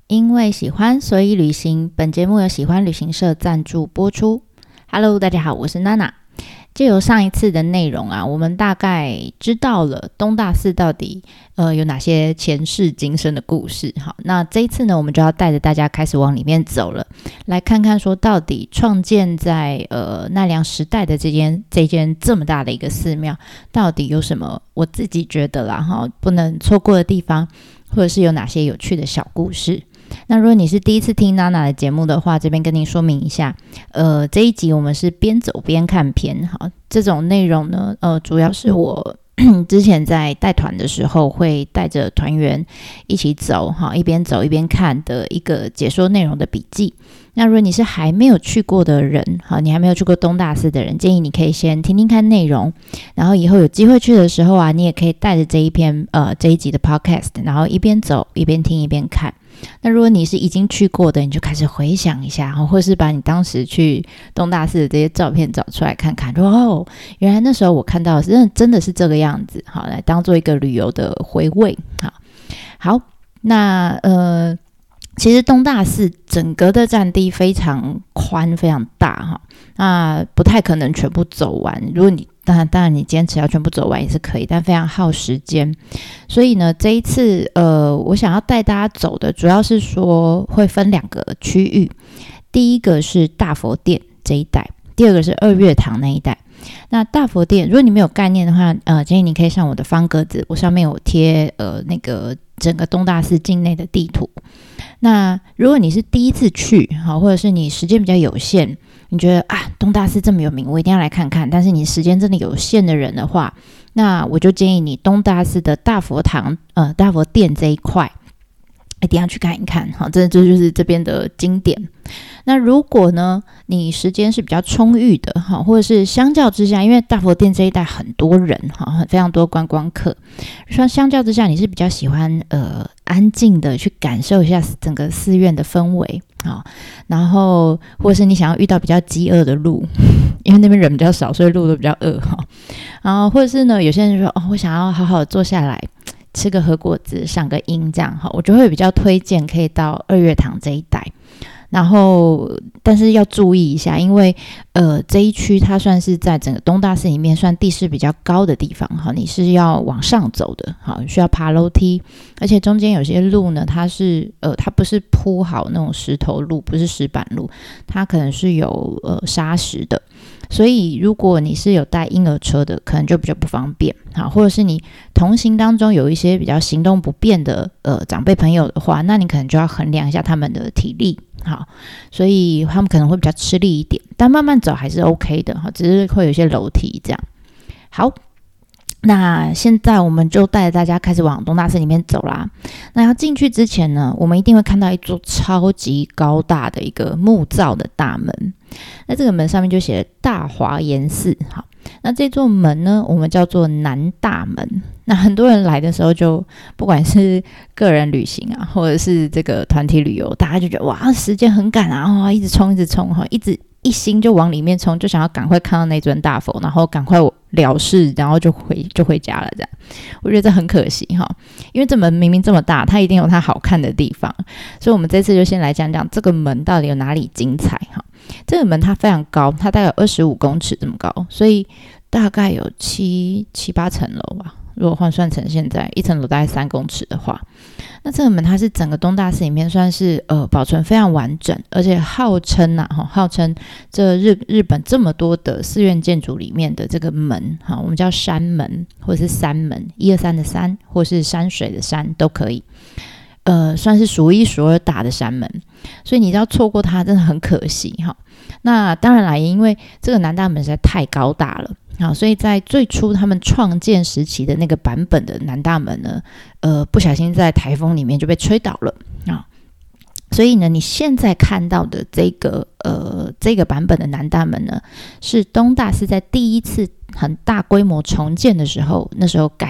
因为喜欢，所以旅行。本节目由喜欢旅行社赞助播出。Hello， 大家好，我是娜娜。借由上一次的内容啊，我们大概知道了东大寺到底有哪些前世今生的故事。好，那这一次呢，我们就要带着大家开始往里面走了，来看看说到底创建在奈良时代的这间这么大的一个寺庙，到底有什么我自己觉得啦不能错过的地方，或者是有哪些有趣的小故事。那如果你是第一次听娜娜的节目的话，这边跟您说明一下，这一集我们是边走边看篇。好，这种内容呢，主要是我之前在带团的时候会带着团员一起走，一边走一边看的一个解说内容的笔记。那如果你是还没有去过的人，你还没有去过东大寺的人，建议你可以先听听看内容，然后以后有机会去的时候啊，你也可以带着这一集的 podcast， 然后一边走一边听一边看。那如果你是已经去过的，你就开始回想一下，或是把你当时去东大寺的这些照片找出来看看，说原来那时候我看到的真的是这个样子，好，来当做一个旅游的回味。好，那其实东大寺整个的占地非常宽非常大那不太可能全部走完，如果你当然你坚持要全部走完也是可以，但非常耗时间。所以呢，这一次我想要带大家走的主要是说会分两个区域，第一个是大佛殿这一带，第二个是二月堂那一带。那大佛殿如果你没有概念的话，建议你可以上我的方格子，我上面有贴那个整个东大寺境内的地图。那如果你是第一次去或者是你时间比较有限，你觉得东大寺这么有名我一定要来看看，但是你时间真的有限的人的话，那我就建议你东大寺的大佛殿这一块一定要去看一看，这就是这边的经典。那如果呢你时间是比较充裕的，或者是相较之下，因为大佛殿这一带很多人非常多观光客，相较之下你是比较喜欢安静的去感受一下整个寺院的氛围，然后或者是你想要遇到比较饥饿的鹿，因为那边人比较少，所以鹿都比较饿然后或者是呢有些人说我想要好好坐下来吃个和果子赏个樱这样，我就会比较推荐可以到二月堂这一带。然后但是要注意一下，因为这一区它算是在整个东大寺里面算地势比较高的地方，你是要往上走的，需要爬楼梯，而且中间有些路呢它不是铺好那种石头路，不是石板路，它可能是有砂石的，所以如果你是有带婴儿车的可能就比较不方便，或者是你同行当中有一些比较行动不便的长辈朋友的话，那你可能就要衡量一下他们的体力，所以他们可能会比较吃力一点，但慢慢走还是 OK 的，只是会有一些楼梯这样。好，那现在我们就带着大家开始往东大寺里面走啦。那要进去之前呢，我们一定会看到一座超级高大的一个木造的大门，那这个门上面就写了大华严寺。好，那这座门呢我们叫做南大门。那很多人来的时候，就不管是个人旅行啊，或者是这个团体旅游，大家就觉得哇时间很赶啊，一直冲一心就往里面冲，就想要赶快看到那尊大佛，然后赶快了事，然后就回家了这样。我觉得这很可惜因为这门明明这么大，它一定有它好看的地方，所以我们这次就先来讲讲这个门到底有哪里精彩这个门它非常高，它大概有25公尺这么高，所以大概有七八层楼吧，如果换算成现在一层楼大概3公尺的话，那这个门它是整个东大寺里面算是保存非常完整，而且号称这日本这么多的寺院建筑里面的这个门我们叫山门或者是山门，1、2、3的山，或是山水的山都可以，算是数一数二大的山门，所以你要错过它真的很可惜那当然啦，因为这个南大门实在太高大了所以在最初他们创建时期的那个版本的南大门呢，不小心在台风里面就被吹倒了所以呢，你现在看到的这个版本的南大门呢，是东大寺在第一次很大规模重建的时候，那时候盖的。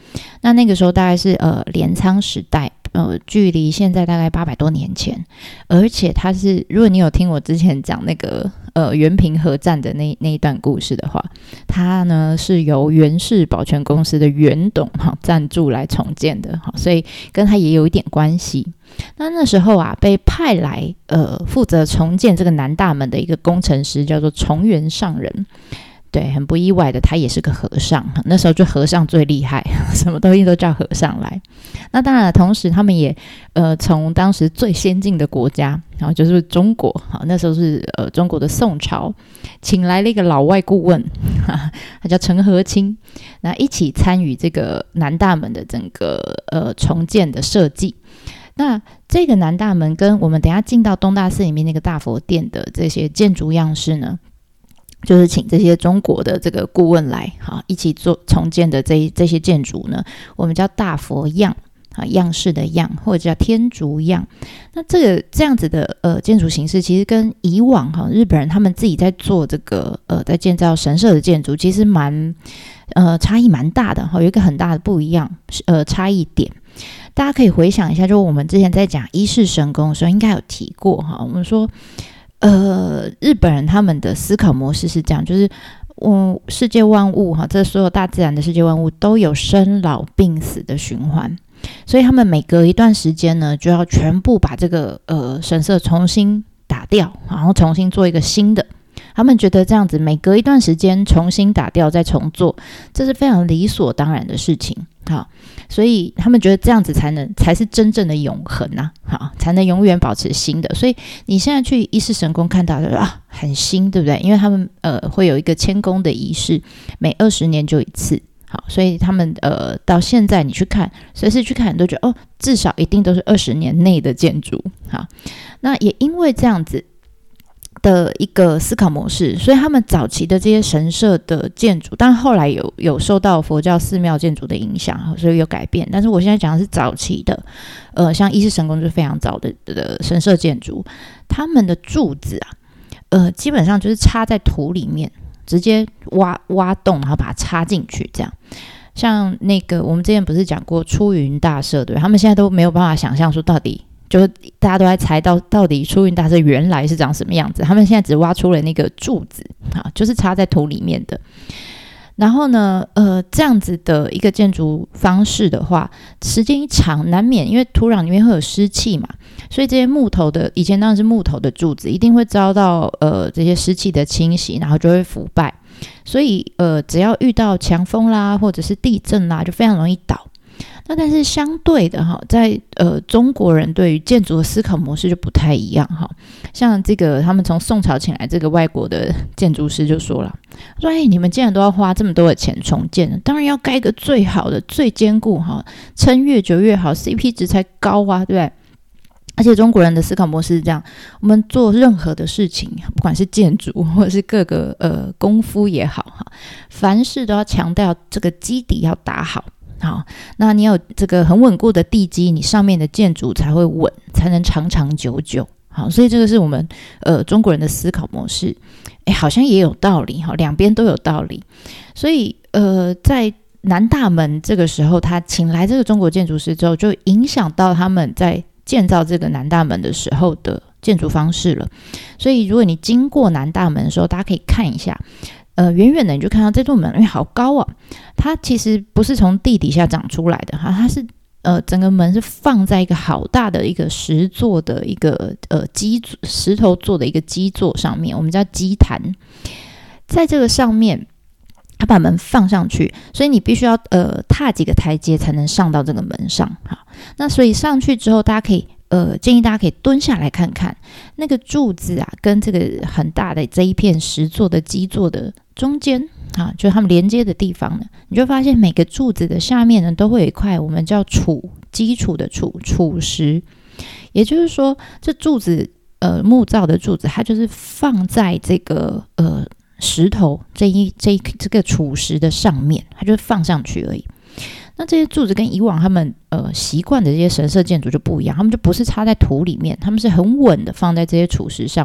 那个时候大概是镰仓时代，距离现在大概800多年前，而且它是，如果你有听我之前讲那个原平和战的那一段故事的话，它呢是由源氏保全公司的源董赞助来重建的，所以跟它也有一点关系。那时候啊，被派来负责重建这个南大门的一个工程师叫做重原上人。对，很不意外的，他也是个和尚。那时候就和尚最厉害，什么东西都叫和尚来。那当然了，同时他们也从当时最先进的国家，然后就是中国，那时候是中国的宋朝，请来了一个老外顾问，他叫陈和清，那一起参与这个南大门的整个重建的设计。那这个南大门跟我们等一下进到东大寺里面那个大佛殿的这些建筑样式呢，就是请这些中国的这个顾问来一起做重建的这些建筑呢，我们叫大佛样，样式的样，或者叫天竺样。那这样子的建筑形式，其实跟以往日本人他们自己在做这个在建造神社的建筑，其实差异蛮大的，有一个很大的不一样差异点。大家可以回想一下，就我们之前在讲一世神宫的时候，应该有提过我们说日本人他们的思考模式是这样，就是世界万物这所有大自然的世界万物都有生老病死的循环，所以他们每隔一段时间呢，就要全部把这个神社重新打掉，然后重新做一个新的。他们觉得这样子每隔一段时间重新打掉再重做，这是非常理所当然的事情。所以他们觉得这样子才是真正的永恒才能永远保持新的。所以你现在去一世神宫看到的很新，对不对？因为他们会有一个迁宫的仪式，每20年就一次。所以他们到现在你去看，随时去看，你都觉得至少一定都是20年内的建筑。那也因为这样子的一个思考模式，所以他们早期的这些神社的建筑，但后来有受到佛教寺庙建筑的影响，所以有改变。但是我现在讲的是早期的，像一世神宫就是非常早的神社建筑，他们的柱子基本上就是插在土里面，直接挖洞，然后把它插进去，这样。像那个我们之前不是讲过出云大社，对，他们现在都没有办法想象说到底。就是大家都在猜到底出云大社原来是长什么样子，他们现在只挖出了那个柱子就是插在土里面的。然后呢这样子的一个建筑方式的话，时间一长难免因为土壤里面会有湿气嘛，所以这些木头的，以前当然是木头的柱子，一定会遭到这些湿气的侵袭，然后就会腐败。所以只要遇到强风啦或者是地震啦，就非常容易倒。那但是相对的在中国人对于建筑的思考模式就不太一样像这个他们从宋朝请来这个外国的建筑师就说了，说你们既然都要花这么多的钱重建，当然要盖一个最好的最坚固撑越久越好， CP 值才高对不对？而且中国人的思考模式是这样，我们做任何的事情，不管是建筑或者是各个功夫也好凡事都要强调这个基底要打好。那你有这个很稳固的地基，你上面的建筑才会稳，才能长长久久。所以这个是我们中国人的思考模式，好像也有道理两边都有道理。所以在南大门这个时候，他请来这个中国建筑师之后，就影响到他们在建造这个南大门的时候的建筑方式了。所以如果你经过南大门的时候，大家可以看一下。远远的你就看到这座门，因为好高它其实不是从地底下长出来的它是整个门是放在一个好大的一个石做的一个石头做的一个基座上面，我们叫基坛。在这个上面，他把门放上去，所以你必须要踏几个台阶才能上到这个门上。那所以上去之后，大家可以建议大家可以蹲下来看看那个柱子跟这个很大的这一片石做的基座的中间就是他们连接的地方呢，你就发现每个柱子的下面呢都会有一块我们叫础，基础的础石。也就是说这柱子木造的柱子，它就是放在这个石头这个础石的上面，它就放上去而已。那这些柱子跟以往他们习惯的这些神社建筑就不一样，他们就不是插在土里面，他们是很稳的放在这些础石上面。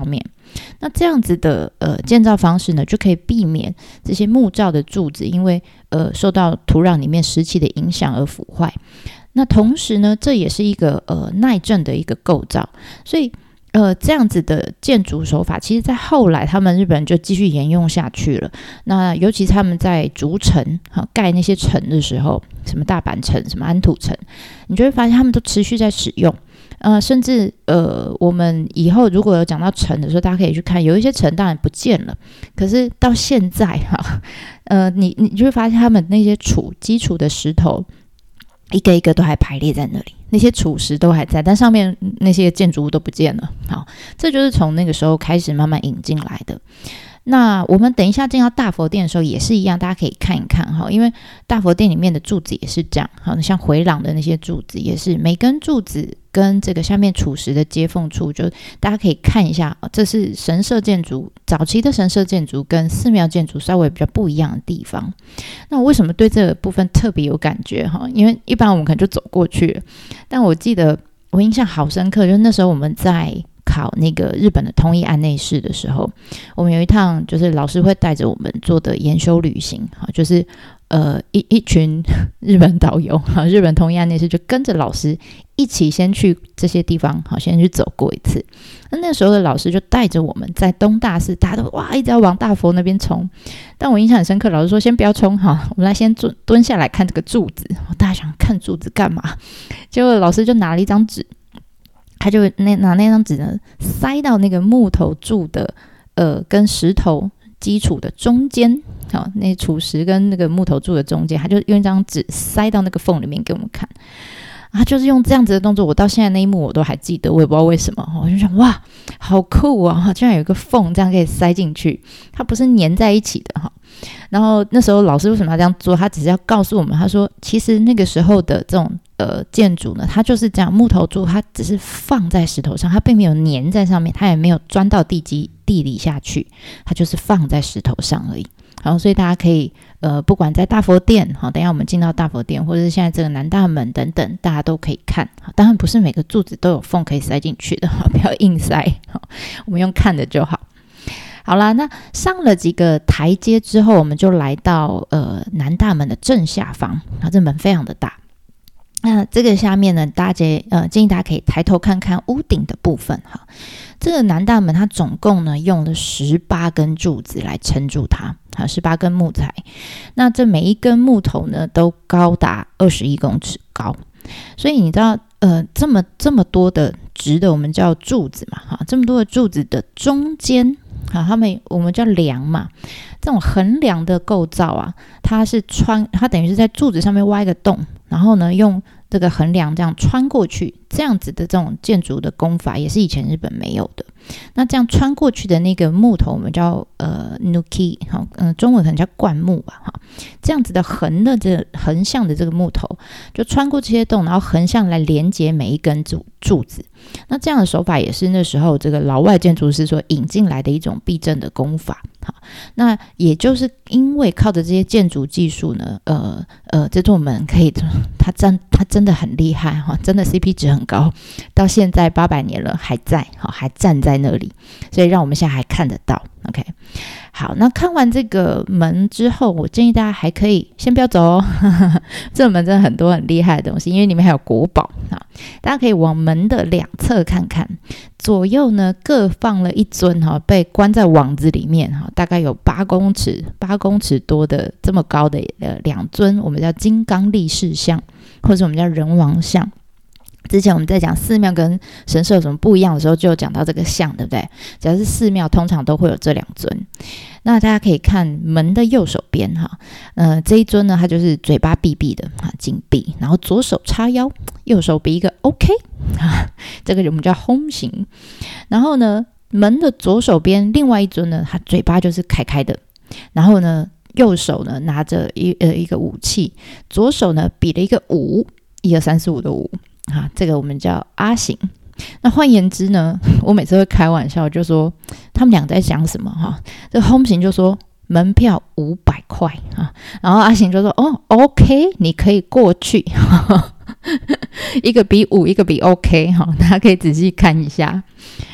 那这样子的建造方式呢，就可以避免这些木造的柱子因为受到土壤里面湿气的影响而腐坏。那同时呢，这也是一个耐震的一个构造，所以这样子的建筑手法，其实在后来他们日本人就继续沿用下去了。那尤其他们在筑城盖那些城的时候，什么大阪城、什么安土城，你就会发现他们都持续在使用。甚至我们以后如果有讲到城的时候，大家可以去看，有一些城当然不见了，可是到现在你就会发现他们那些基础的石头一个一个都还排列在那里，那些储石都还在，但上面那些建筑物都不见了。好，这就是从那个时候开始慢慢引进来的。那我们等一下进到大佛殿的时候也是一样，大家可以看一看哈，因为大佛殿里面的柱子也是这样，好像回廊的那些柱子也是，每根柱子跟这个下面储石的接缝处，就大家可以看一下，这是神社建筑，早期的神社建筑跟寺庙建筑稍微比较不一样的地方。那我为什么对这个部分特别有感觉哈？因为一般我们可能就走过去了，但我记得我印象好深刻，就是那时候我们在考那个日本的通译案内士的时候，我们有一趟就是老师会带着我们做的研修旅行，就是一群日本导游，日本通译案内士就跟着老师一起先去这些地方，先去走过一次。那时候的老师就带着我们在东大寺，大家都哇一直要往大佛那边冲，但我印象很深刻，老师说先不要冲哈，我们来先蹲下来看这个柱子。大家想看柱子干嘛？结果老师就拿了一张纸，他就拿那张纸呢塞到那个木头柱的跟石头基础的中间，好，那储石跟那个木头柱的中间，他就用一张纸塞到那个缝里面给我们看。他就是用这样子的动作，我到现在那一幕我都还记得，我也不知道为什么，我就想哇好酷啊，居然有一个缝这样可以塞进去，它不是粘在一起的哈。然后那时候老师为什么要这样做，他只是要告诉我们，他说其实那个时候的这种建筑呢，它就是这样，木头柱它只是放在石头上，它并没有粘在上面，它也没有钻到地里下去，它就是放在石头上而已。好，所以大家可以不管在大佛殿，好，等一下我们进到大佛殿，或者是现在这个南大门等等，大家都可以看。当然不是每个柱子都有缝可以塞进去的，不要硬塞，我们用看的就好。好啦，那上了几个台阶之后，我们就来到南大门的正下方，这门非常的大。那这个下面呢，建议大家可以抬头看看屋顶的部分哈。这个南大门它总共呢用了18根柱子来撑住它，18根木材。那这每一根木头呢都高达21公尺高，所以你知道这么多的直的我们叫柱子嘛哈，这么多的柱子的中间我们叫梁嘛，这种横梁的构造啊，它等于是在柱子上面挖一个洞，然后呢用这个横梁这样穿过去，这样子的这种建筑的工法也是以前日本没有的。那这样穿过去的那个木头我们叫nuki，中文可能叫灌木吧，这样子的横向的这个木头就穿过这些洞，然后横向来连接每一根柱子。那这样的手法也是那时候这个老外建筑师所引进来的一种避震的工法。好，那也就是因为靠着这些建筑技术呢，这座门可以，它真的很厉害哈，真的 CP 值很高，到现在800年了还在，还站在那里，所以让我们现在还看得到。OK， 好，那看完这个门之后，我建议大家还可以先不要走哦，这个门真的很多很厉害的东西，因为里面还有国宝啊，大家可以往门的两侧看看，左右呢各放了一尊被关在网子里面大概有8公尺多的这么高的2尊，我们叫金刚力士像，或者我们叫人王像。之前我们在讲寺庙跟神社有什么不一样的时候，就有讲到这个像，对不对？只要是寺庙通常都会有这2尊。那大家可以看门的右手边这一尊呢，它就是嘴巴闭闭的紧闭，然后左手叉腰，右手比一个 OK 这个我们叫轰形。然后呢，门的左手边另外一尊呢，它嘴巴就是开开的，然后呢右手呢拿着一个武器，左手呢比了一个5，1、2、3、4、5的5。这个我们叫阿行。那换言之呢，我每次会开玩笑就说他们俩在讲什么这个轰行就说门票500块然后阿行就说OK 你可以过去一个比5，一个比 OK 大家可以仔细看一下。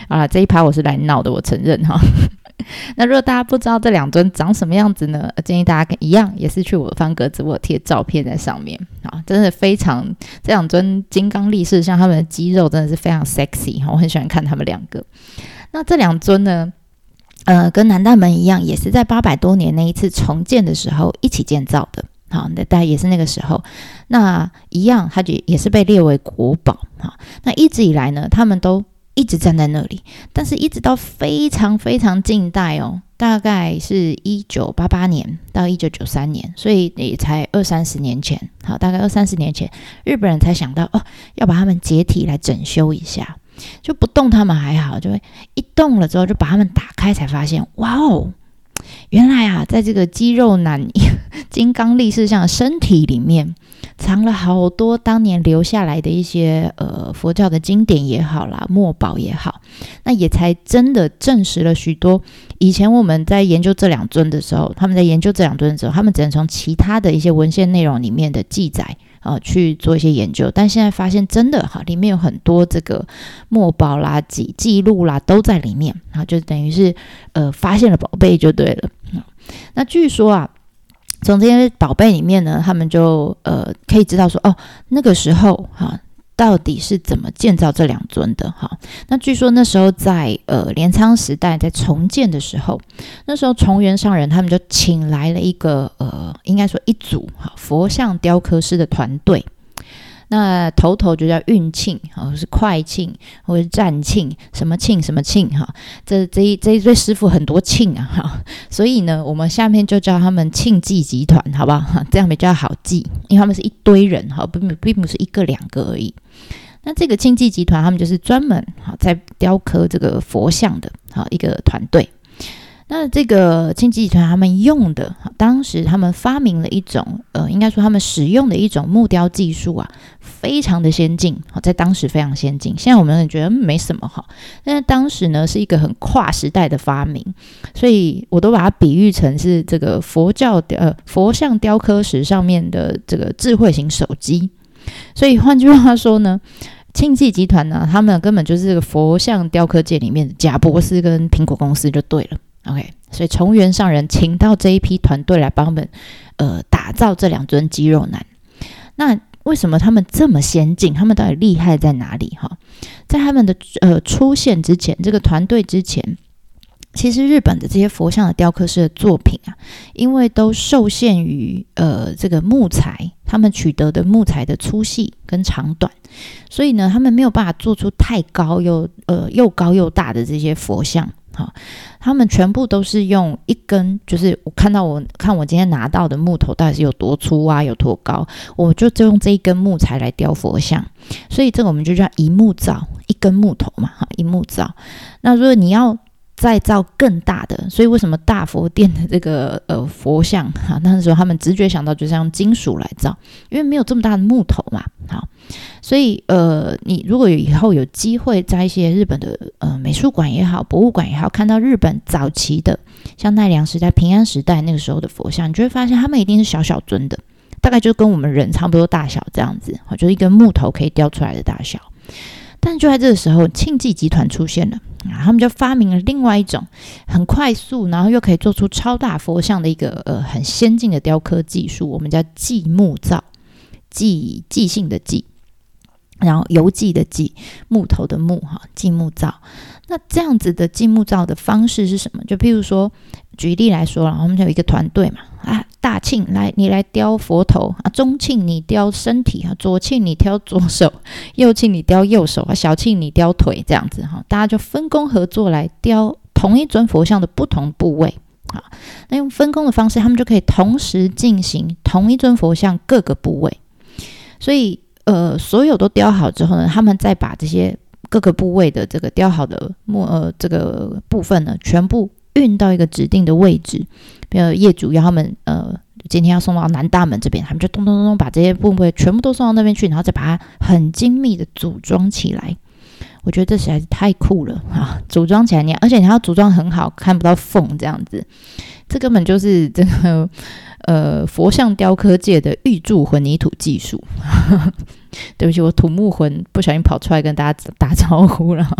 好啦，这一趴我是来闹的，我承认哈。那如果大家不知道这两尊长什么样子呢，建议大家一样也是去我的方格子，我有贴照片在上面啊，真的非常，这两尊金刚力士像他们的肌肉真的是非常 sexy， 我很喜欢看他们两个。那这两尊呢跟南大门一样，也是在800多年那一次重建的时候一起建造的。好，大概也是那个时候，那一样，它就也是被列为国宝。好，那一直以来呢，他们都一直站在那里，但是一直到非常非常近代哦，大概是1988年到1993年，所以也才20-30年前。好，大概20-30年前，日本人才想到要把他们解体来整修一下，就不动他们还好，就会一动了之后就把他们打开，才发现哇哦。原来啊，在这个肌肉男金刚力士像的身体里面，藏了好多当年留下来的一些佛教的经典也好啦，墨宝也好，那也才真的证实了许多以前我们在研究这两尊的时候，他们只能从其他的一些文献内容里面的记载去做一些研究，但现在发现真的里面有很多这个墨宝啦、记录啦都在里面，就等于是发现了宝贝就对了。那据说啊，从这些宝贝里面呢，他们就可以知道说那个时候到底是怎么建造这两尊的。那据说那时候在镰仓时代在重建的时候，那时候重原上人他们就请来了一个应该说一组佛像雕刻师的团队，那头就叫运庆，是快庆或者是战庆，什么庆什么庆这一对师傅很多庆啊所以呢我们下面就叫他们庆记集团，好不好？这样比较好记，因为他们是一堆人并不是一个两个而已。那这个庆记集团他们就是专门在雕刻这个佛像的一个团队。那这个庆记集团他们用的，当时他们发明了一种应该说他们使用的一种木雕技术啊，非常的先进，在当时非常先进。现在我们觉得没什么但是当时呢是一个很跨时代的发明，所以我都把它比喻成是这个佛像雕刻史上面的这个智慧型手机。所以换句话说呢，庆记集团呢，他们根本就是这个佛像雕刻界里面的贾伯斯跟苹果公司就对了。OK， 所以重原上人请到这一批团队来帮他们打造这两尊肌肉男。那为什么他们这么先进？他们到底厉害在哪里？在他们的出现之前，这个团队之前，其实日本的这些佛像的雕刻师的作品啊，因为都受限于这个木材，他们取得的木材的粗细跟长短，所以呢，他们没有办法做出太高又高又大的这些佛像。他们全部都是用一根，就是我看我今天拿到的木头到底是有多粗啊，有多高，我就用这一根木材来雕佛像，所以这个我们就叫一木造，一根木头嘛，一木造。那如果你要再造更大的，所以为什么大佛殿的这个佛像那时候他们直觉想到就是用金属来造，因为没有这么大的木头嘛。好，所以你如果以后有机会在一些日本的美术馆也好，博物馆也好，看到日本早期的像奈良时代、平安时代那个时候的佛像，你就会发现他们一定是小小尊的，大概就跟我们人差不多大小这样子，就是一根木头可以雕出来的大小。但就在这个时候，庆记集团出现了，他们就发明了另外一种很快速，然后又可以做出超大佛像的一个很先进的雕刻技术，我们叫记木造，记性的记，然后邮寄的寄，木头的木记木造。那这样子的记木造的方式是什么？就譬如说，举例来说，我们有一个团队嘛，大庆你来雕佛头中庆你雕身体左庆你雕左手，右庆你雕右手小庆你雕腿，这样子大家就分工合作来雕同一尊佛像的不同部位。那用分工的方式，他们就可以同时进行同一尊佛像各个部位。所以所有都雕好之后呢，他们再把这些各个部位的这个雕好的这个部分呢，全部运到一个指定的位置。比如业主要他们今天要送到南大门这边，他们就咚咚咚把这些部位全部都送到那边去，然后再把它很精密的组装起来。我觉得这实在是太酷了组装起来而且你要组装很好，看不到缝这样子，这根本就是这个佛像雕刻界的预铸混凝土技术对不起，我土木魂不小心跑出来跟大家打招呼了。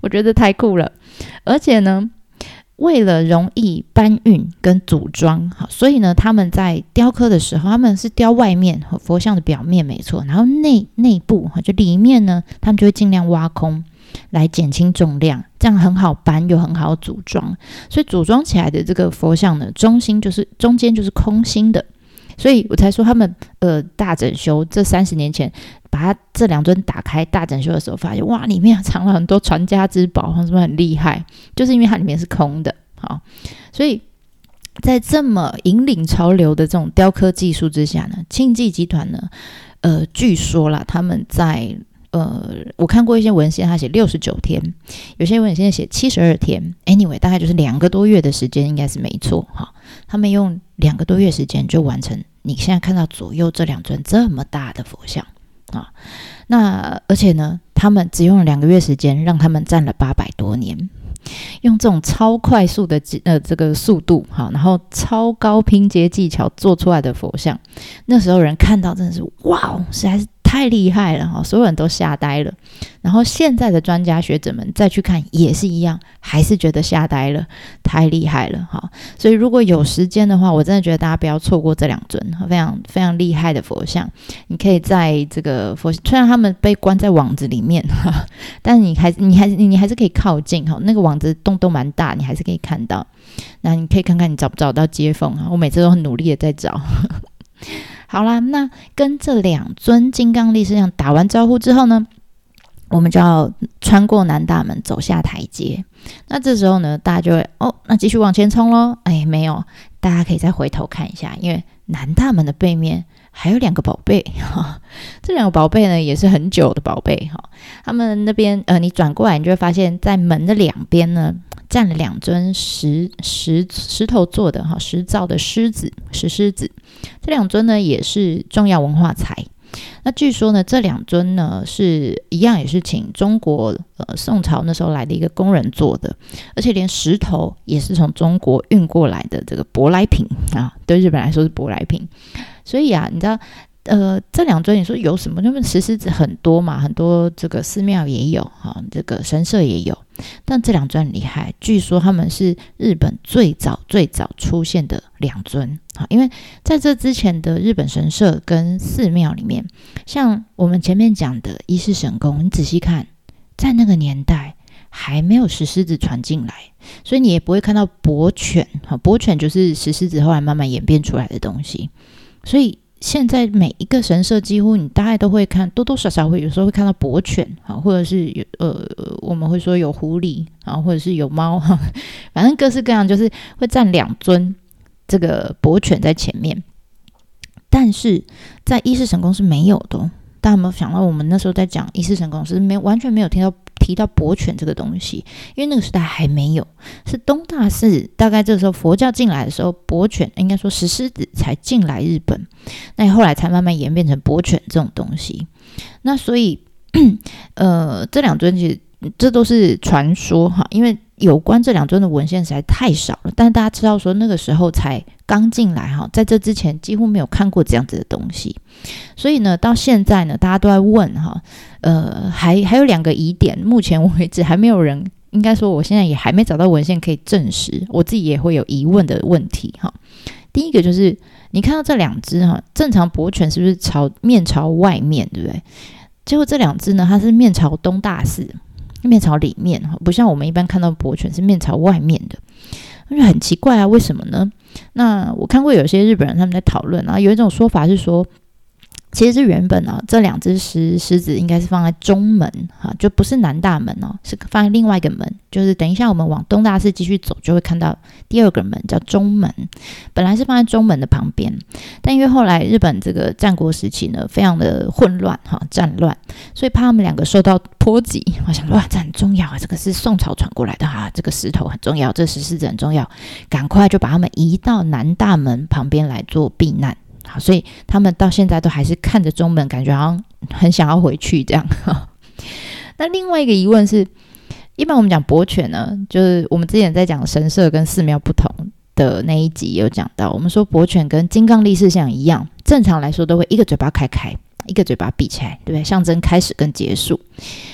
我觉得太酷了。而且呢，为了容易搬运跟组装，所以呢，他们在雕刻的时候，他们是雕外面佛像的表面没错，然后内部就里面呢，他们就会尽量挖空来减轻重量，这样很好搬又很好组装。所以组装起来的这个佛像呢，中间就是空心的。所以我才说他们大整修，这30年前把它这2尊打开大整修的时候，发现哇，里面藏了很多传家之宝，是不是很厉害？就是因为它里面是空的。好，所以在这么引领潮流的这种雕刻技术之下呢，庆记集团呢，据说啦，他们在我看过一些文献，他写69天，有些文献写72天 ，anyway 大概就是2个多月的时间，应该是没错哈。他们用2个多月时间就完成你现在看到左右这2尊这么大的佛像啊。那而且呢，他们只用了2个月时间，让他们站了800多年。用这种超快速的这个速度，好，然后超高拼接技巧做出来的佛像，那时候人看到真的是哇，实在是太厉害了，所有人都吓呆了。然后现在的专家学者们再去看也是一样，还是觉得吓呆了，太厉害了。所以如果有时间的话，我真的觉得大家不要错过这2尊非常非常厉害的佛像。你可以在这个佛，虽然他们被关在网子里面，但你还是可以靠近，那个网子洞都蛮大，你还是可以看到。那你可以看看你找不找到接缝，我每次都很努力的在找。好啦，那跟这2尊金刚力士像打完招呼之后呢，我们就要穿过南大门走下台阶。那这时候呢，大家就会那继续往前冲咯。没有，大家可以再回头看一下，因为南大门的背面还有2个宝贝这2个宝贝呢也是很久的宝贝他们那边你转过来，你就会发现在门的2边呢站了2尊石头做的石造的狮子。这2尊呢也是重要文化财。那据说呢，这2尊呢是一样，也是请中国宋朝那时候来的一个工人做的，而且连石头也是从中国运过来的这个舶来品对日本来说是舶来品。所以你知道这2尊你说有什么？因为石狮子很多嘛，很多这个寺庙也有这个神社也有，但这2尊很厉害，据说他们是日本最早出现的2尊因为在这之前的日本神社跟寺庙里面，像我们前面讲的一世神宫，你仔细看，在那个年代还没有石狮子传进来，所以你也不会看到博犬博犬就是石狮子后来慢慢演变出来的东西。所以现在每一个神社几乎你大概都会看，多多少少会有时候会看到博犬或者是我们会说有狐狸或者是有猫反正各式各样，就是会站2尊这个博犬在前面。但是在一世神宫是没有的大家有没有想到，我们那时候在讲一世神宫是完全没有提到博犬这个东西，因为那个时代还没有，是东大寺大概这个时候佛教进来的时候，博犬应该说石狮子才进来日本，那后来才慢慢演变成博犬这种东西。那所以这2尊其实这都是传说因为有关这2尊的文献实在太少了，但大家知道说那个时候才刚进来在这之前几乎没有看过这样子的东西。所以呢，到现在呢，大家都在问还有2个疑点，目前为止还没有人，应该说我现在也还没找到文献可以证实，我自己也会有疑问的问题第一个就是你看到这2只正常博犬是不是面朝外面，对不对？结果这2只呢，它是面朝东大寺，面朝里面，不像我们一般看到博犬是面朝外面的，那就很奇怪啊，为什么呢？那我看过有些日本人他们在讨论有一种说法是说，其实是原本这2只狮子应该是放在中门就不是南大门是放在另外一个门，就是等一下我们往东大寺继续走就会看到第2个门叫中门，本来是放在中门的旁边，但因为后来日本这个战国时期呢非常的混乱战乱，所以怕他们2个受到波及，我想哇这很重要这个是宋朝传过来的这个石头很重要，这石狮子很重要，赶快就把他们移到南大门旁边来做避难。好，所以他们到现在都还是看着中门，感觉好像很想要回去这样那另外一个疑问是，一般我们讲博犬呢，就是我们之前在讲神社跟寺庙不同的那一集有讲到，我们说博犬跟金刚力士像一样，正常来说都会一个嘴巴开，一个嘴巴闭起来，对不对？象征开始跟结束。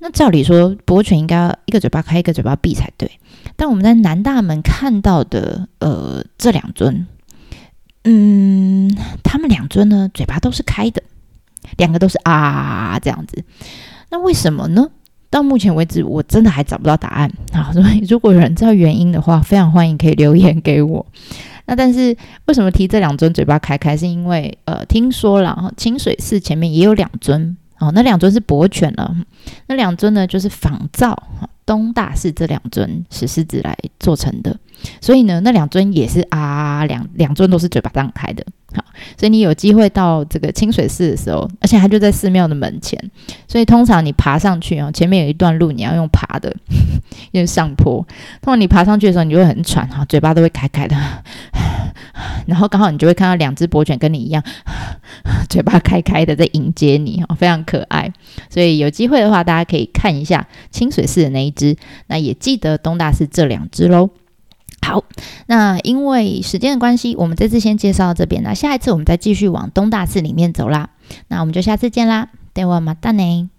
那照理说伯犬应该一个嘴巴开一个嘴巴闭才对，但我们在南大门看到的这两尊，他们两尊呢嘴巴都是开的，两个都是啊这样子。那为什么呢？到目前为止我真的还找不到答案。好，所以如果有人知道原因的话，非常欢迎可以留言给我。那但是为什么提这两尊嘴巴开开，是因为听说了清水寺前面也有两尊，那两尊是伯犬了。那两尊呢就是仿造东大寺这两尊石狮子来做成的，所以呢那两尊也是两尊都是嘴巴张开的。好，所以你有机会到这个清水寺的时候，而且它就在寺庙的门前，所以通常你爬上去前面有一段路你要用爬的，因为上坡，通常你爬上去的时候你就会很喘，嘴巴都会开开的，然后刚好你就会看到两只伯犬跟你一样嘴巴开开的在迎接你，非常可爱。所以有机会的话大家可以看一下清水寺的那一只，那也记得东大寺这两只咯。好，那因为时间的关系，我们这次先介绍到这边，那下一次我们再继续往东大寺里面走啦。那我们就下次见啦，ではまたね。